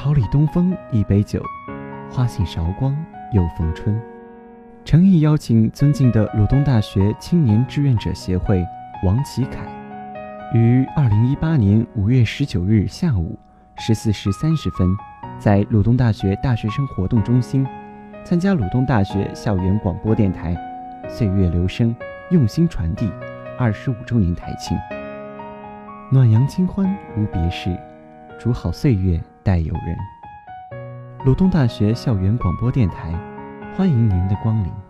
桃李东风一杯酒，花信韶光又逢春。诚意邀请尊敬的鲁东大学青年志愿者协会王启凯，于2018年5月19日下午14时30分，在鲁东大学大学生活动中心参加鲁东大学校园广播电台岁月留声用心传递25周年台庆。暖阳清欢无别事，煮好岁月待友人。鲁东大学校园广播电台，欢迎您的光临。